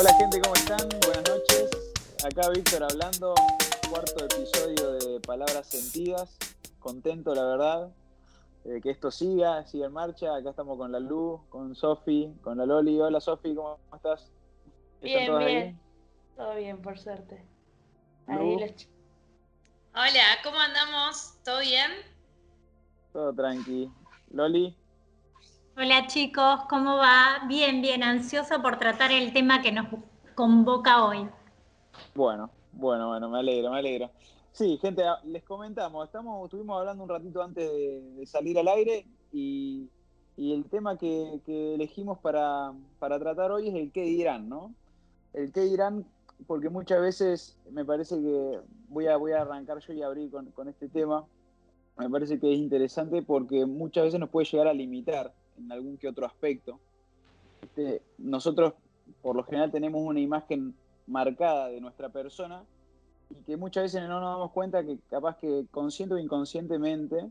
Hola gente, ¿cómo están? Buenas noches. Acá Víctor hablando, cuarto episodio de Palabras Sentidas. Contento, la verdad, que esto siga en marcha. Acá estamos con la Lu, con Sofi, con la Loli. Hola Sofi, ¿cómo estás? ¿Están Bien, todos ahí? bien. Todo bien, por suerte. Ahí Lu, los chicos. Hola, ¿cómo andamos? ¿Todo bien? todo tranqui. Loli, Hola chicos, ¿cómo va? Bien, bien, ansiosa por tratar el tema que nos convoca hoy. bueno, me alegro, me alegro. Sí, gente, les comentamos, estuvimos hablando un ratito antes de salir al aire y el tema que elegimos para tratar hoy es el qué dirán, ¿no? El qué dirán, porque muchas veces me parece que voy a arrancar yo y abrir con este tema. Me parece que es interesante porque muchas veces nos puede llegar a limitar en algún que otro aspecto. Nosotros, por lo general, tenemos una imagen marcada de nuestra persona y que muchas veces no nos damos cuenta que capaz que consciente o inconscientemente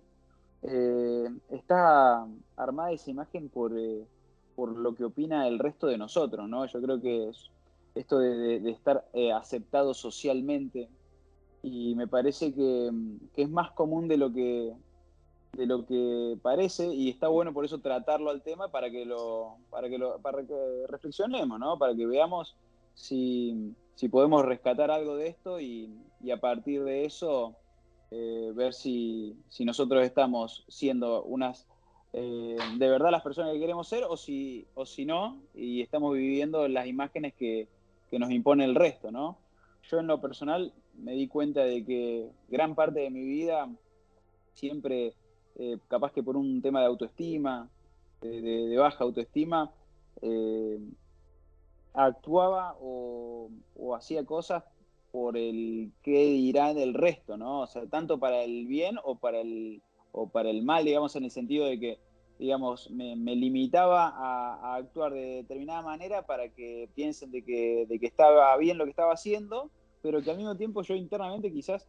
está armada esa imagen por lo que opina el resto de nosotros, ¿no? Yo creo que es esto de estar aceptado socialmente y me parece que es más común de lo que parece y está bueno por eso tratarlo al tema para que reflexionemos, ¿no? Para que veamos si podemos rescatar algo de esto y a partir de eso ver si nosotros estamos siendo de verdad las personas que queremos ser o si no y estamos viviendo las imágenes que nos impone el resto, ¿no? Yo en lo personal me di cuenta de que gran parte de mi vida siempre, capaz que por un tema de autoestima, de baja autoestima, eh, actuaba o hacía cosas por el qué dirá del resto, ¿no? O sea, tanto para el bien o para el mal, digamos, en el sentido de que, digamos, me limitaba a actuar de determinada manera para que piensen de que estaba bien lo que estaba haciendo, pero que al mismo tiempo yo internamente quizás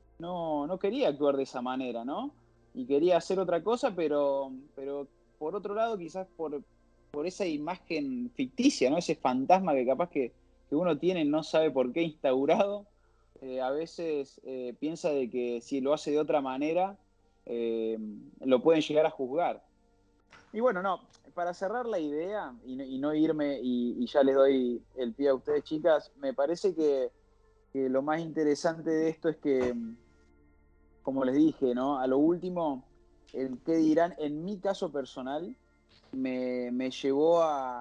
no quería actuar de esa manera, ¿no? Y quería hacer otra cosa, pero por otro lado, quizás por esa imagen ficticia, ¿no? Ese fantasma que capaz que uno tiene, no sabe por qué instaurado, a veces piensa de que si lo hace de otra manera, eh, lo pueden llegar a juzgar. Y bueno, no, para cerrar la idea y no irme, y ya les doy el pie a ustedes, chicas, me parece que lo más interesante de esto es que como les dije, ¿no? A lo último, el qué dirán, en mi caso personal, me llevó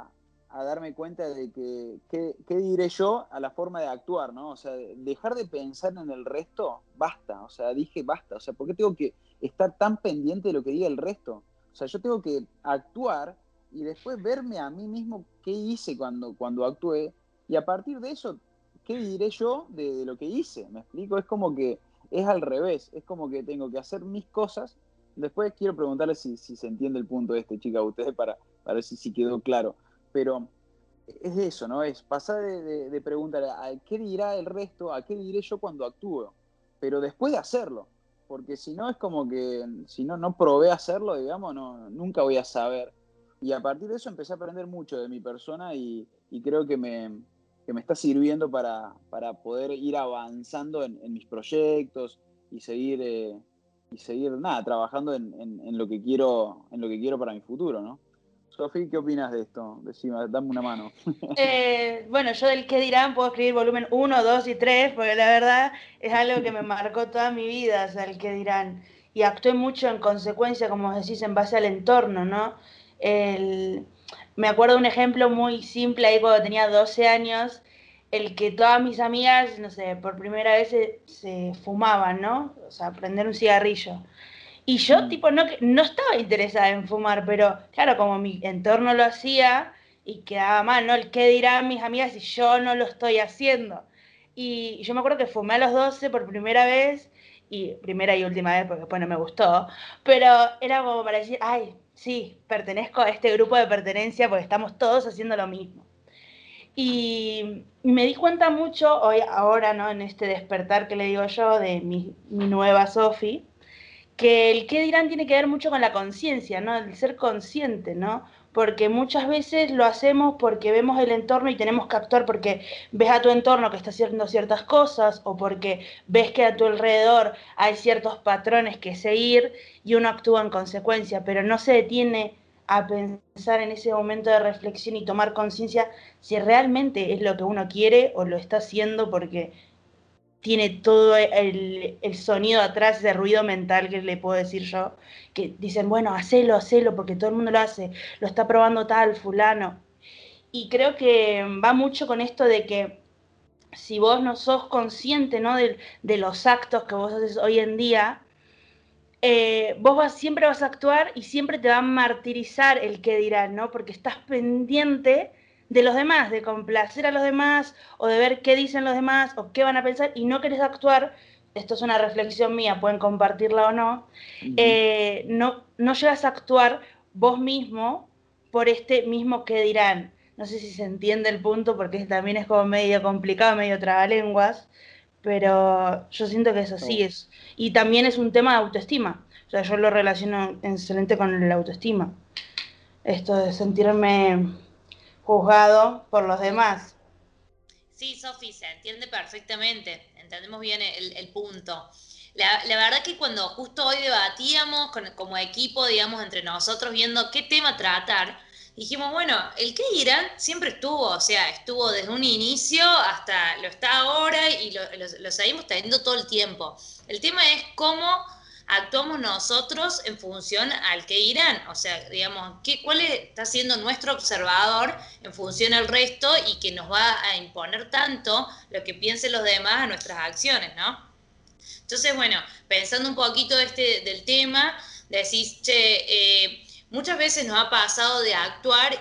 a darme cuenta de que qué diré yo a la forma de actuar, ¿no? O sea, dejar de pensar en el resto, basta. O sea, dije basta. O sea, ¿por qué tengo que estar tan pendiente de lo que diga el resto? O sea, yo tengo que actuar y después verme a mí mismo qué hice cuando actué y a partir de eso, ¿qué diré yo de lo que hice? ¿Me explico? Es como que es al revés, es como que tengo que hacer mis cosas. Después quiero preguntarles si se entiende el punto de este, chica, a ustedes para ver si quedó claro. Pero es eso, ¿no? Es pasar de preguntar a qué dirá el resto, a qué diré yo cuando actúo, pero después de hacerlo. Porque si no es como que, si no probé hacerlo, digamos, nunca voy a saber. Y a partir de eso empecé a aprender mucho de mi persona y creo que me está sirviendo para poder ir avanzando en mis proyectos y seguir nada, trabajando en lo que quiero para mi futuro, ¿no? Sofi, ¿qué opinas de esto? Decime, dame una mano. Bueno, yo del qué dirán puedo escribir volumen 1, 2 y 3, porque la verdad es algo que me marcó toda mi vida, o sea, el qué dirán. Y actué mucho en consecuencia, como decís, en base al entorno, ¿no? El... Me acuerdo de un ejemplo muy simple ahí cuando tenía 12 años, el que todas mis amigas, no sé, por primera vez se fumaban, ¿no? O sea, prender un cigarrillo. Y yo, Mm, tipo, no estaba interesada en fumar, pero claro, como mi entorno lo hacía y quedaba mal, ¿no? El qué dirán mis amigas si yo no lo estoy haciendo. Y yo me acuerdo que fumé a los 12 por primera vez, y primera y última vez porque después no me gustó, pero era como para decir, ay, sí, pertenezco a este grupo de pertenencia porque estamos todos haciendo lo mismo. Y me di cuenta mucho hoy, ahora, ¿no? En este despertar que le digo yo de mi nueva Sofi, que el qué dirán tiene que ver mucho con la conciencia, ¿no? El ser consciente, ¿no? porque muchas veces lo hacemos porque vemos el entorno y tenemos que actuar porque ves a tu entorno que está haciendo ciertas cosas o porque ves que a tu alrededor hay ciertos patrones que seguir y uno actúa en consecuencia, pero no se detiene a pensar en ese momento de reflexión y tomar conciencia si realmente es lo que uno quiere o lo está haciendo porque tiene todo el sonido atrás, ese ruido mental que le puedo decir yo, que dicen, bueno, hacelo, porque todo el mundo lo hace, lo está probando tal, fulano. Y creo que va mucho con esto de que si vos no sos consciente, ¿no? de los actos que vos haces hoy en día, siempre vas a actuar y siempre te va a martirizar el qué dirán, ¿no? Porque estás pendiente de los demás, de complacer a los demás o de ver qué dicen los demás o qué van a pensar y no querés actuar. Esto es una reflexión mía, pueden compartirla o no. No llegas a actuar vos mismo por este mismo qué dirán. No sé si se entiende el punto porque también es como medio complicado, medio trabalenguas, pero yo siento que es así. Y también es un tema de autoestima. O sea, yo lo relaciono excelente con la autoestima. Esto de sentirme juzgado por los demás. Sí, Sofi, se entiende perfectamente, entendemos bien el punto. La verdad que cuando justo hoy debatíamos como equipo, digamos, entre nosotros, viendo qué tema tratar, dijimos, bueno, el qué dirán siempre estuvo, o sea, estuvo desde un inicio hasta lo está ahora y lo seguimos teniendo todo el tiempo. El tema es cómo actuamos nosotros en función al que irán, o sea, digamos, cuál está siendo nuestro observador en función al resto y que nos va a imponer tanto lo que piensen los demás a nuestras acciones, ¿no? Entonces, bueno, pensando un poquito del tema, decís, che, muchas veces nos ha pasado de actuar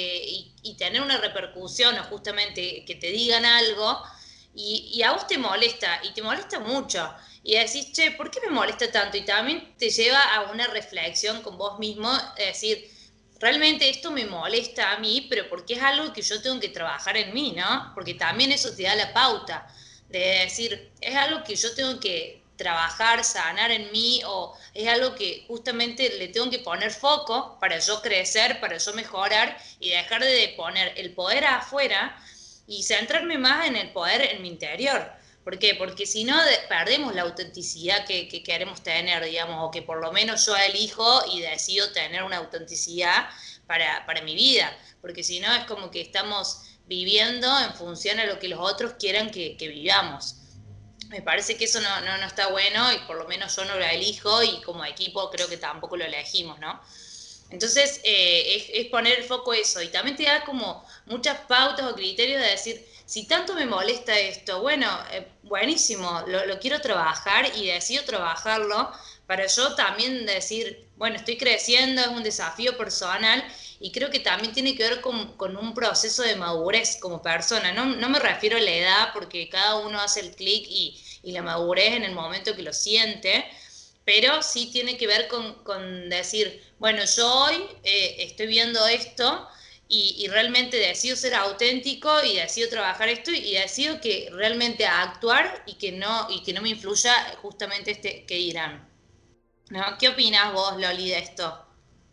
y tener una repercusión o justamente que te digan algo y a vos te molesta y te molesta mucho y decís, che, ¿por qué me molesta tanto? Y también te lleva a una reflexión con vos mismo, es decir, realmente esto me molesta a mí, pero porque es algo que yo tengo que trabajar en mí, ¿no? Porque también eso te da la pauta de decir, es algo que yo tengo que trabajar, sanar en mí, o es algo que justamente le tengo que poner foco para yo crecer, para yo mejorar y dejar de poner el poder afuera y centrarme más en el poder en mi interior. ¿Por qué? Porque si no perdemos la autenticidad que queremos tener, digamos, o que por lo menos yo elijo y decido tener una autenticidad para mi vida. Porque si no es como que estamos viviendo en función a lo que los otros quieran que vivamos. Me parece que eso no está bueno y por lo menos yo no lo elijo y como equipo creo que tampoco lo elegimos, ¿no? Entonces, es poner el foco eso y también te da como muchas pautas o criterios de decir, si tanto me molesta esto, bueno, buenísimo, lo quiero trabajar y decido trabajarlo para yo también decir, bueno, estoy creciendo, es un desafío personal y creo que también tiene que ver con un proceso de madurez como persona. No me refiero a la edad porque cada uno hace el clic y la madurez en el momento que lo siente, pero sí tiene que ver con decir, bueno, yo hoy estoy viendo esto y realmente decido ser auténtico y decido trabajar esto y decido que realmente actuar y que no me influya justamente este que dirán. ¿No? ¿Qué opinás vos, Loli, de esto?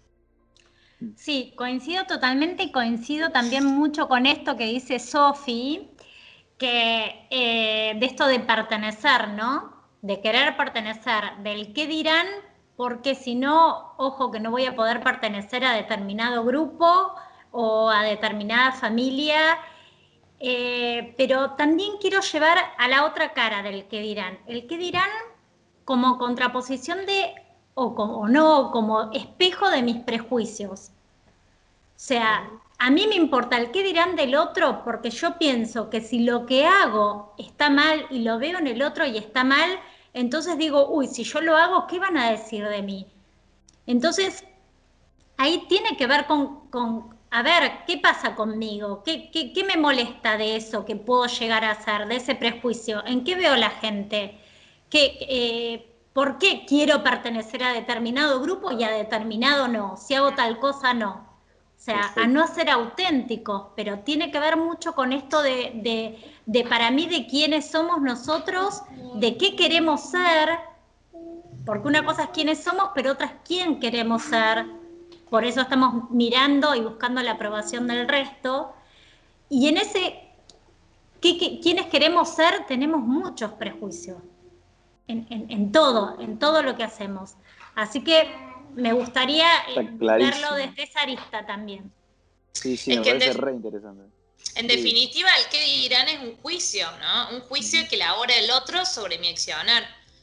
Sí, coincido totalmente y coincido también mucho con esto que dice Sofi, que de esto de pertenecer, ¿no? De querer pertenecer, del qué dirán, porque si no, ojo que no voy a poder pertenecer a determinado grupo o a determinada familia, pero también quiero llevar a la otra cara del qué dirán. El qué dirán como contraposición de, o no, como espejo de mis prejuicios. O sea, a mí me importa el qué dirán del otro porque yo pienso que si lo que hago está mal y lo veo en el otro y está mal, entonces digo, uy, si yo lo hago, ¿qué van a decir de mí? Entonces, ahí tiene que ver con a ver, ¿qué pasa conmigo? ¿Qué me molesta de eso que puedo llegar a hacer, de ese prejuicio? ¿En qué veo la gente? ¿Por qué quiero pertenecer a determinado grupo y a determinado no? Si hago tal cosa, no. O sea, Perfecto. a no ser auténticos, pero tiene que ver mucho con esto de para mí, de quiénes somos nosotros, de qué queremos ser, porque una cosa es quiénes somos, pero otra es quién queremos ser. por eso estamos mirando y buscando la aprobación del resto. Y en ese, ¿quiénes queremos ser? Tenemos muchos prejuicios en todo lo que hacemos. Así que me gustaría verlo desde esa arista también. Sí, me parece re interesante. En definitiva, el qué dirán es un juicio, ¿no? Un juicio que elabora el otro sobre mi accionar.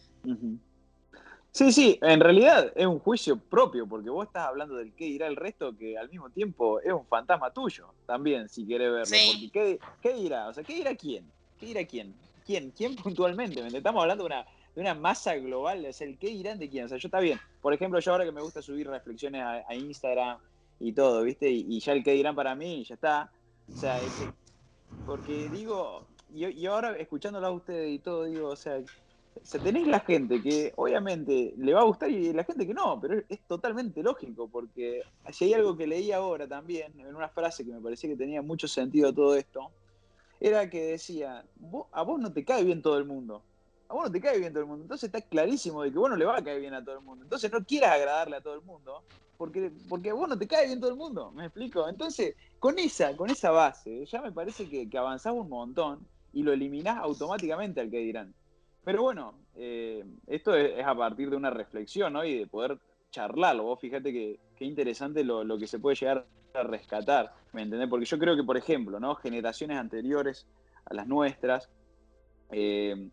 Sí, en realidad es un juicio propio, porque vos estás hablando del qué dirá el resto, que al mismo tiempo es un fantasma tuyo, también, si querés verlo. Sí. Porque ¿qué dirá? O sea, ¿qué dirá quién? ¿Qué dirá quién? ¿Quién puntualmente? Estamos hablando de una masa global, o sea, el qué dirán de quién. O sea, yo está bien. Por ejemplo, yo ahora que me gusta subir reflexiones a Instagram y todo, ¿viste? Y ya el qué dirán para mí, ya está. O sea, porque digo, y ahora escuchándolo a ustedes y todo, digo, o sea, tenés la gente que obviamente le va a gustar y la gente que no, pero es totalmente lógico, porque si hay algo que leí ahora también, en una frase que me parecía que tenía mucho sentido todo esto, era que decía, a vos no te cae bien todo el mundo, a vos no te cae bien todo el mundo, entonces está clarísimo de que vos no le va a caer bien a todo el mundo, entonces no quieras agradarle a todo el mundo, porque a vos no te cae bien todo el mundo, ¿me explico? Entonces, con esa base, ya me parece que avanzás un montón y lo eliminás automáticamente al que dirán. Pero bueno, esto es a partir de una reflexión, ¿no? Y de poder charlarlo. Vos fíjate qué interesante lo que se puede llegar a rescatar, ¿me entendés? Porque yo creo que, por ejemplo, ¿no? Generaciones anteriores a las nuestras, eh,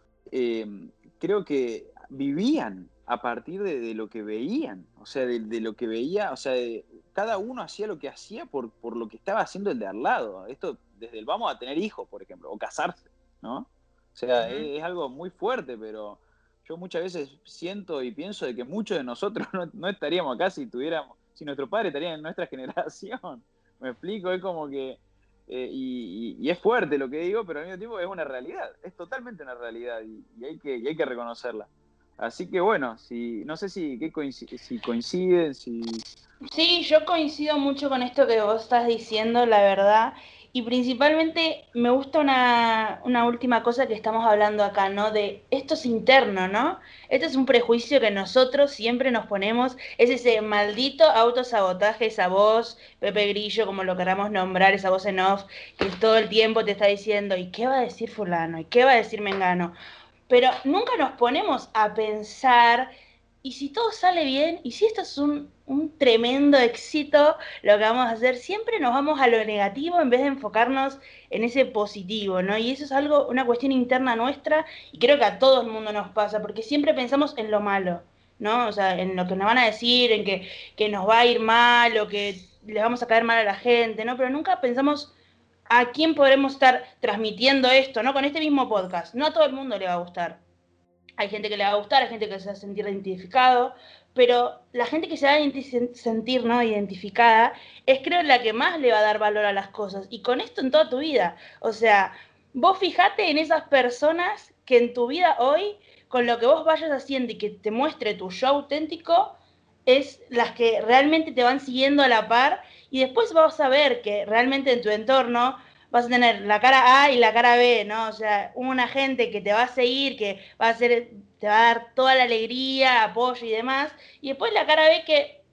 creo que vivían a partir de lo que veían, o sea, de lo que veía, o sea, cada uno hacía lo que hacía por lo que estaba haciendo el de al lado. Esto desde el vamos a tener hijos, por ejemplo, o casarse, ¿no? O sea, es algo muy fuerte, pero yo muchas veces siento y pienso de que muchos de nosotros no estaríamos acá si nuestros padres estarían en nuestra generación. ¿Me explico? Es como que y es fuerte lo que digo, pero al mismo tiempo es una realidad, es totalmente una realidad y hay que reconocerla. Así que bueno, no sé si coinciden, Sí, yo coincido mucho con esto que vos estás diciendo, la verdad, y principalmente me gusta una última cosa que estamos hablando acá, ¿no? De esto es interno, ¿no? Esto es un prejuicio que nosotros siempre nos ponemos, es ese maldito autosabotaje, esa voz, Pepe Grillo, como lo queramos nombrar, esa voz en off, que todo el tiempo te está diciendo, ¿y qué va a decir fulano? ¿Y qué va a decir Mengano? Pero nunca nos ponemos a pensar, ¿y si todo sale bien? ¿Y si esto es un tremendo éxito? Lo que vamos a hacer, siempre nos vamos a lo negativo en vez de enfocarnos en ese positivo, ¿no? Y eso es algo, una cuestión interna nuestra, y creo que a todo el mundo nos pasa, porque siempre pensamos en lo malo, ¿no? O sea, en lo que nos van a decir, en que nos va a ir mal, o que les vamos a caer mal a la gente, ¿no? Pero nunca pensamos a quién podremos estar transmitiendo esto, ¿no? Con este mismo podcast. No a todo el mundo le va a gustar. Hay gente que le va a gustar, hay gente que se va a sentir identificado, pero la gente que se va a sentir, ¿no?, identificada es, creo, la que más le va a dar valor a las cosas. Y con esto en toda tu vida. O sea, vos fijate en esas personas que en tu vida hoy, con lo que vos vayas haciendo y que te muestre tu yo auténtico, es las que realmente te van siguiendo a la par, y después vas a ver que realmente en tu entorno vas a tener la cara A y la cara B, ¿no? O sea, una gente que te va a seguir, que va a hacer, te va a dar toda la alegría, apoyo y demás, y después la cara B que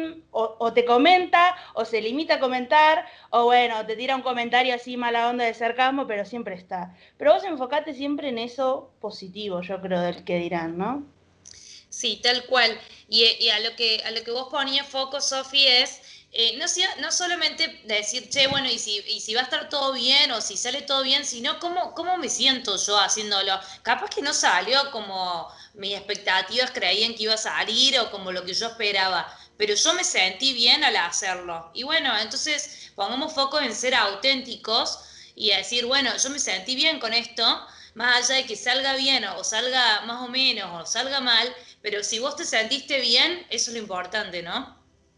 o te comenta, o se limita a comentar, o bueno, te tira un comentario así mala onda de sarcasmo, pero siempre está. Pero vos enfocate siempre en eso positivo, yo creo, del que dirán, ¿no? Sí, tal cual. Y a lo que vos ponías foco, Sofi, es no solamente decir, che, bueno, y si va a estar todo bien o si sale todo bien, sino cómo me siento yo haciéndolo. Capaz que no salió como mis expectativas creían que iba a salir o como lo que yo esperaba, pero yo me sentí bien al hacerlo. Y bueno, entonces pongamos foco en ser auténticos y decir, bueno, yo me sentí bien con esto, más allá de que salga bien o salga más o menos o salga mal, pero si vos te sentiste bien, eso es lo importante, ¿no?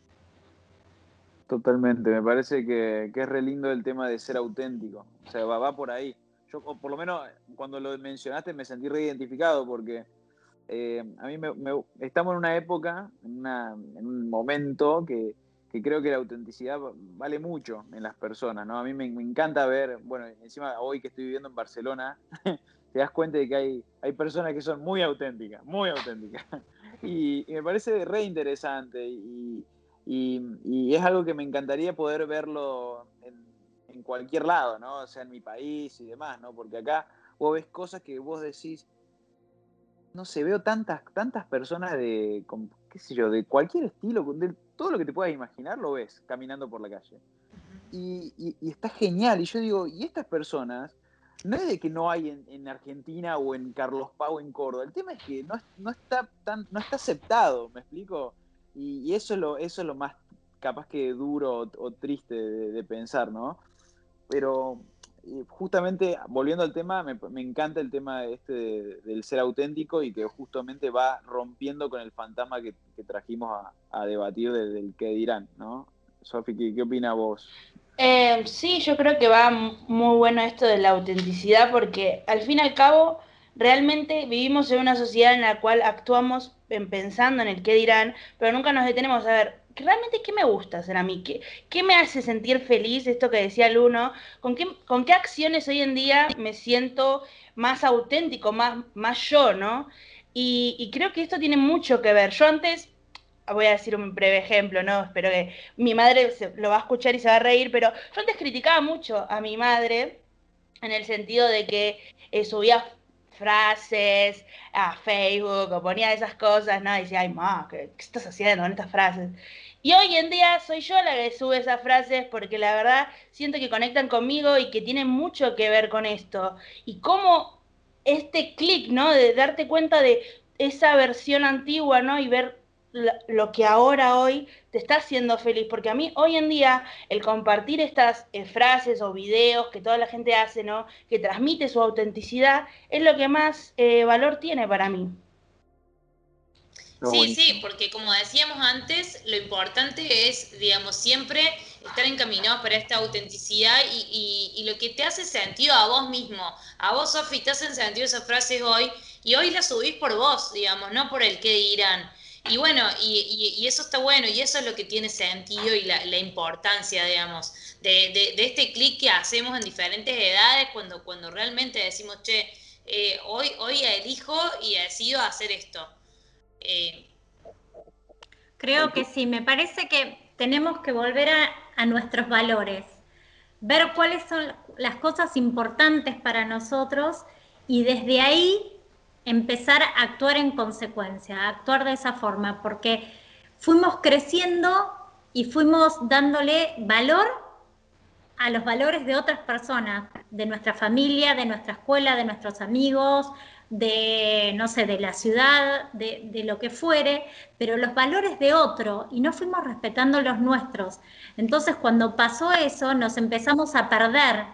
Totalmente, me parece que es re lindo el tema de ser auténtico, o sea, va por ahí. Yo, por lo menos, cuando lo mencionaste me sentí reidentificado porque a mí estamos en una época, en un momento que creo que la autenticidad vale mucho en las personas, ¿no? A mí me encanta ver, bueno, encima hoy que estoy viviendo en Barcelona, te das cuenta de que hay personas que son muy auténticas, y me parece re interesante y es algo que me encantaría poder verlo en cualquier lado, ¿no? O sea, en mi país y demás, ¿no? Porque acá vos ves cosas que vos decís, no sé, veo tantas personas qué sé yo, de cualquier estilo, de todo lo que te puedas imaginar, lo ves caminando por la calle. Y está genial. Y yo digo, y estas personas, no es de que no hay en Argentina o en Carlos Pau, en Córdoba. El tema es que no está aceptado, ¿me explico? Y eso es lo más capaz que duro o triste de pensar, ¿no? Pero justamente, volviendo al tema, me encanta el tema del ser auténtico y que justamente va rompiendo con el fantasma que trajimos a debatir del qué dirán, ¿no? Sofi, ¿qué opinas vos? Sí, yo creo que va muy bueno esto de la autenticidad porque al fin y al cabo realmente vivimos en una sociedad en la cual actuamos pensando en el qué dirán, pero nunca nos detenemos a ver realmente qué me gusta hacer a mí, qué me hace sentir feliz, esto que decía Luno, con qué acciones hoy en día me siento más auténtico, más yo, ¿no? Y creo que esto tiene mucho que ver. Yo antes voy a decir un breve ejemplo, ¿no? Espero que mi madre lo va a escuchar y se va a reír, pero yo antes criticaba mucho a mi madre en el sentido de que subía frases a Facebook o ponía esas cosas, ¿no? Y decía, ay, ma, ¿qué estás haciendo con estas frases? Y hoy en día soy yo la que sube esas frases porque la verdad siento que conectan conmigo y que tienen mucho que ver con esto. Y cómo este clic, ¿no? De darte cuenta de esa versión antigua, ¿no? Y ver lo que ahora hoy te está haciendo feliz, porque a mí hoy en día el compartir estas frases o videos que toda la gente hace, ¿no? Que transmite su autenticidad, es lo que más valor tiene para mí. Eso es Sí, sí, buenísimo. porque como decíamos antes, lo importante es, digamos, siempre estar encaminados para esta autenticidad y lo que te hace sentido a vos mismo. A vos, Sofi, te hacen sentido esas frases hoy y hoy las subís por vos, digamos, no por el qué dirán. Y bueno, y eso está bueno y eso es lo que tiene sentido y la importancia, digamos, de este clic que hacemos en diferentes edades cuando realmente decimos, che, hoy elijo y decido hacer esto. Eh, Creo que sí, me parece que tenemos que volver a nuestros valores, ver cuáles son las cosas importantes para nosotros y desde ahí empezar a actuar en consecuencia, a actuar de esa forma, porque fuimos creciendo y fuimos dándole valor a los valores de otras personas, de nuestra familia, de nuestra escuela, de nuestros amigos, de, no sé, de la ciudad, de lo que fuere, pero los valores de otro y no fuimos respetando los nuestros. Entonces, cuando pasó eso, nos empezamos a perder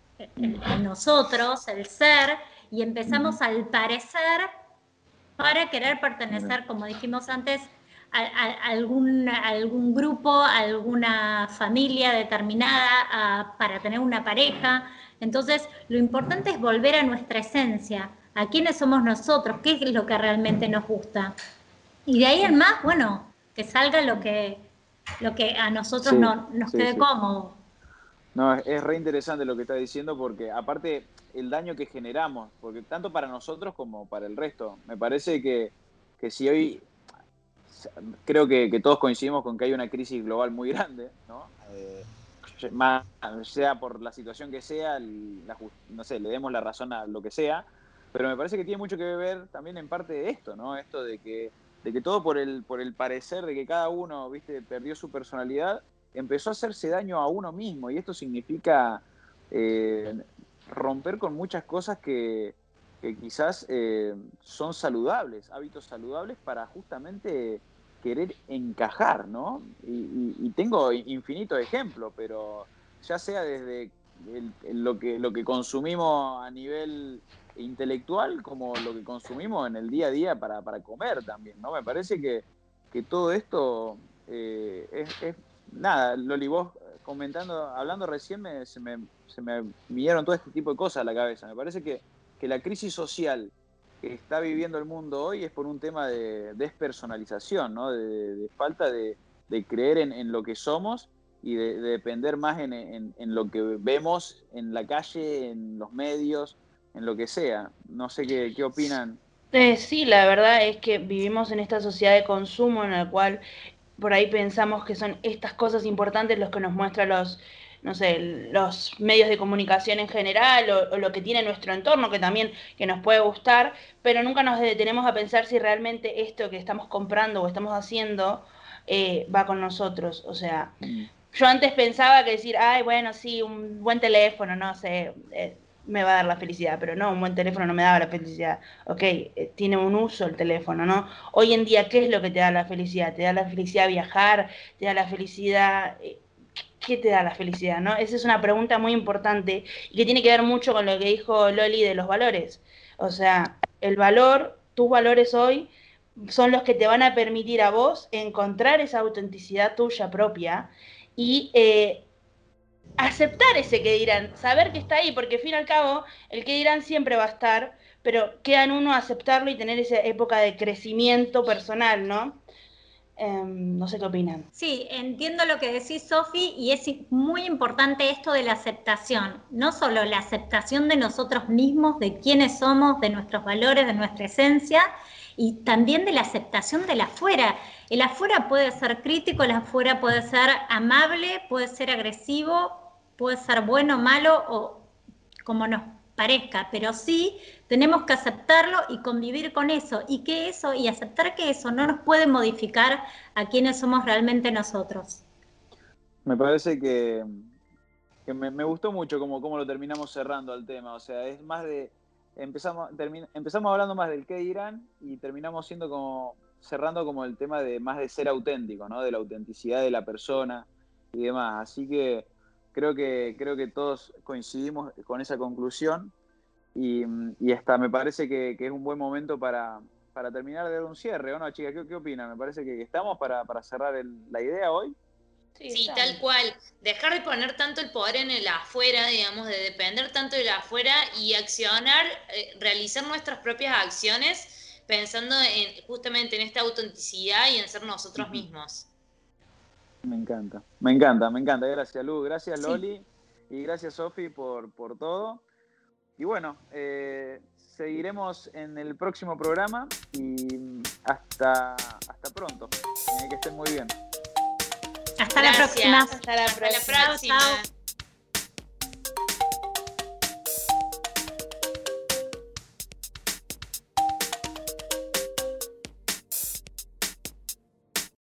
en nosotros, el ser, y empezamos al parecer para querer pertenecer, como dijimos antes, a algún grupo, a alguna familia determinada, para tener una pareja. Entonces, lo importante es volver a nuestra esencia, a quiénes somos nosotros, qué es lo que realmente nos gusta. Y de ahí en más, bueno, que salga lo que a nosotros Sí, nos sí, quede sí. cómodo. No, es re interesante lo que está diciendo porque aparte el daño que generamos, porque tanto para nosotros como para el resto, me parece que si hoy creo que todos coincidimos con que hay una crisis global muy grande, ¿no? Más, sea por la situación que sea, no sé, le demos la razón a lo que sea, pero me parece que tiene mucho que ver también en parte de esto, ¿no? Esto de que todo por el parecer de que cada uno, viste, perdió su personalidad, empezó a hacerse daño a uno mismo, y esto significa eh, romper con muchas cosas que quizás son saludables, hábitos saludables para justamente querer encajar, ¿no? Y tengo infinitos ejemplos, pero ya sea desde lo que consumimos a nivel intelectual como lo que consumimos en el día a día para comer también, ¿no? Me parece que todo esto nada, Loli, vos comentando, hablando recién, se me vinieron todo este tipo de cosas a la cabeza. Me parece que la crisis social que está viviendo el mundo hoy es por un tema de despersonalización, ¿no? De falta de creer en lo que somos y de depender más en lo que vemos en la calle, en los medios, en lo que sea. No sé qué opinan. Sí, la verdad es que vivimos en esta sociedad de consumo en la cual por ahí pensamos que son estas cosas importantes los que nos muestran no sé, los medios de comunicación en general o lo que tiene nuestro entorno, que también que nos puede gustar, pero nunca nos detenemos a pensar si realmente esto que estamos comprando o estamos haciendo va con nosotros. O sea, yo antes pensaba que decir, ay, bueno, sí, un buen teléfono, no sé, me va a dar la felicidad, pero no, un buen teléfono no me daba la felicidad. Ok, tiene un uso el teléfono, ¿no? Hoy en día, ¿qué es lo que te da la felicidad? ¿Te da la felicidad viajar? ¿Te da la felicidad? ¿Qué te da la felicidad, no? Esa es una pregunta muy importante y que tiene que ver mucho con lo que dijo Loli de los valores. O sea, el valor, tus valores hoy son los que te van a permitir a vos encontrar esa autenticidad tuya propia y aceptar ese que dirán, saber que está ahí, porque al fin y al cabo el que dirán siempre va a estar, pero queda en uno aceptarlo y tener esa época de crecimiento personal, ¿no? No sé qué opinan. Sí, entiendo lo que decís, Sofi, y es muy importante esto de la aceptación, no solo la aceptación de nosotros mismos, de quiénes somos, de nuestros valores, de nuestra esencia, y también de la aceptación del afuera. El afuera puede ser crítico, el afuera puede ser amable, puede ser agresivo, puede ser bueno, malo o como nos parezca, pero sí tenemos que aceptarlo y convivir con eso y aceptar que eso no nos puede modificar a quienes somos realmente nosotros. Me parece que me gustó mucho cómo lo terminamos cerrando al tema. O sea, es más de. Empezamos hablando más del qué dirán y terminamos siendo cerrando como el tema de más de ser auténtico, ¿no? De la autenticidad de la persona y demás. Así que creo que todos coincidimos con esa conclusión y hasta me parece que es un buen momento para terminar de dar un cierre, ¿o no, chicas? ¿Qué opinan? Me parece que estamos para cerrar la idea hoy. Sí, tal cual. Dejar de poner tanto el poder en el afuera, digamos, de depender tanto del afuera y accionar, realizar nuestras propias acciones pensando justamente en esta autenticidad y en ser nosotros mismos. Me encanta, me encanta, me encanta. Gracias, Lu, gracias, Sí. Loli, y gracias, Sofi, por todo. Y bueno, seguiremos en el próximo programa y hasta pronto. Que estén muy bien. Hasta la próxima. Hasta la próxima. Hasta la próxima. Chao, chao.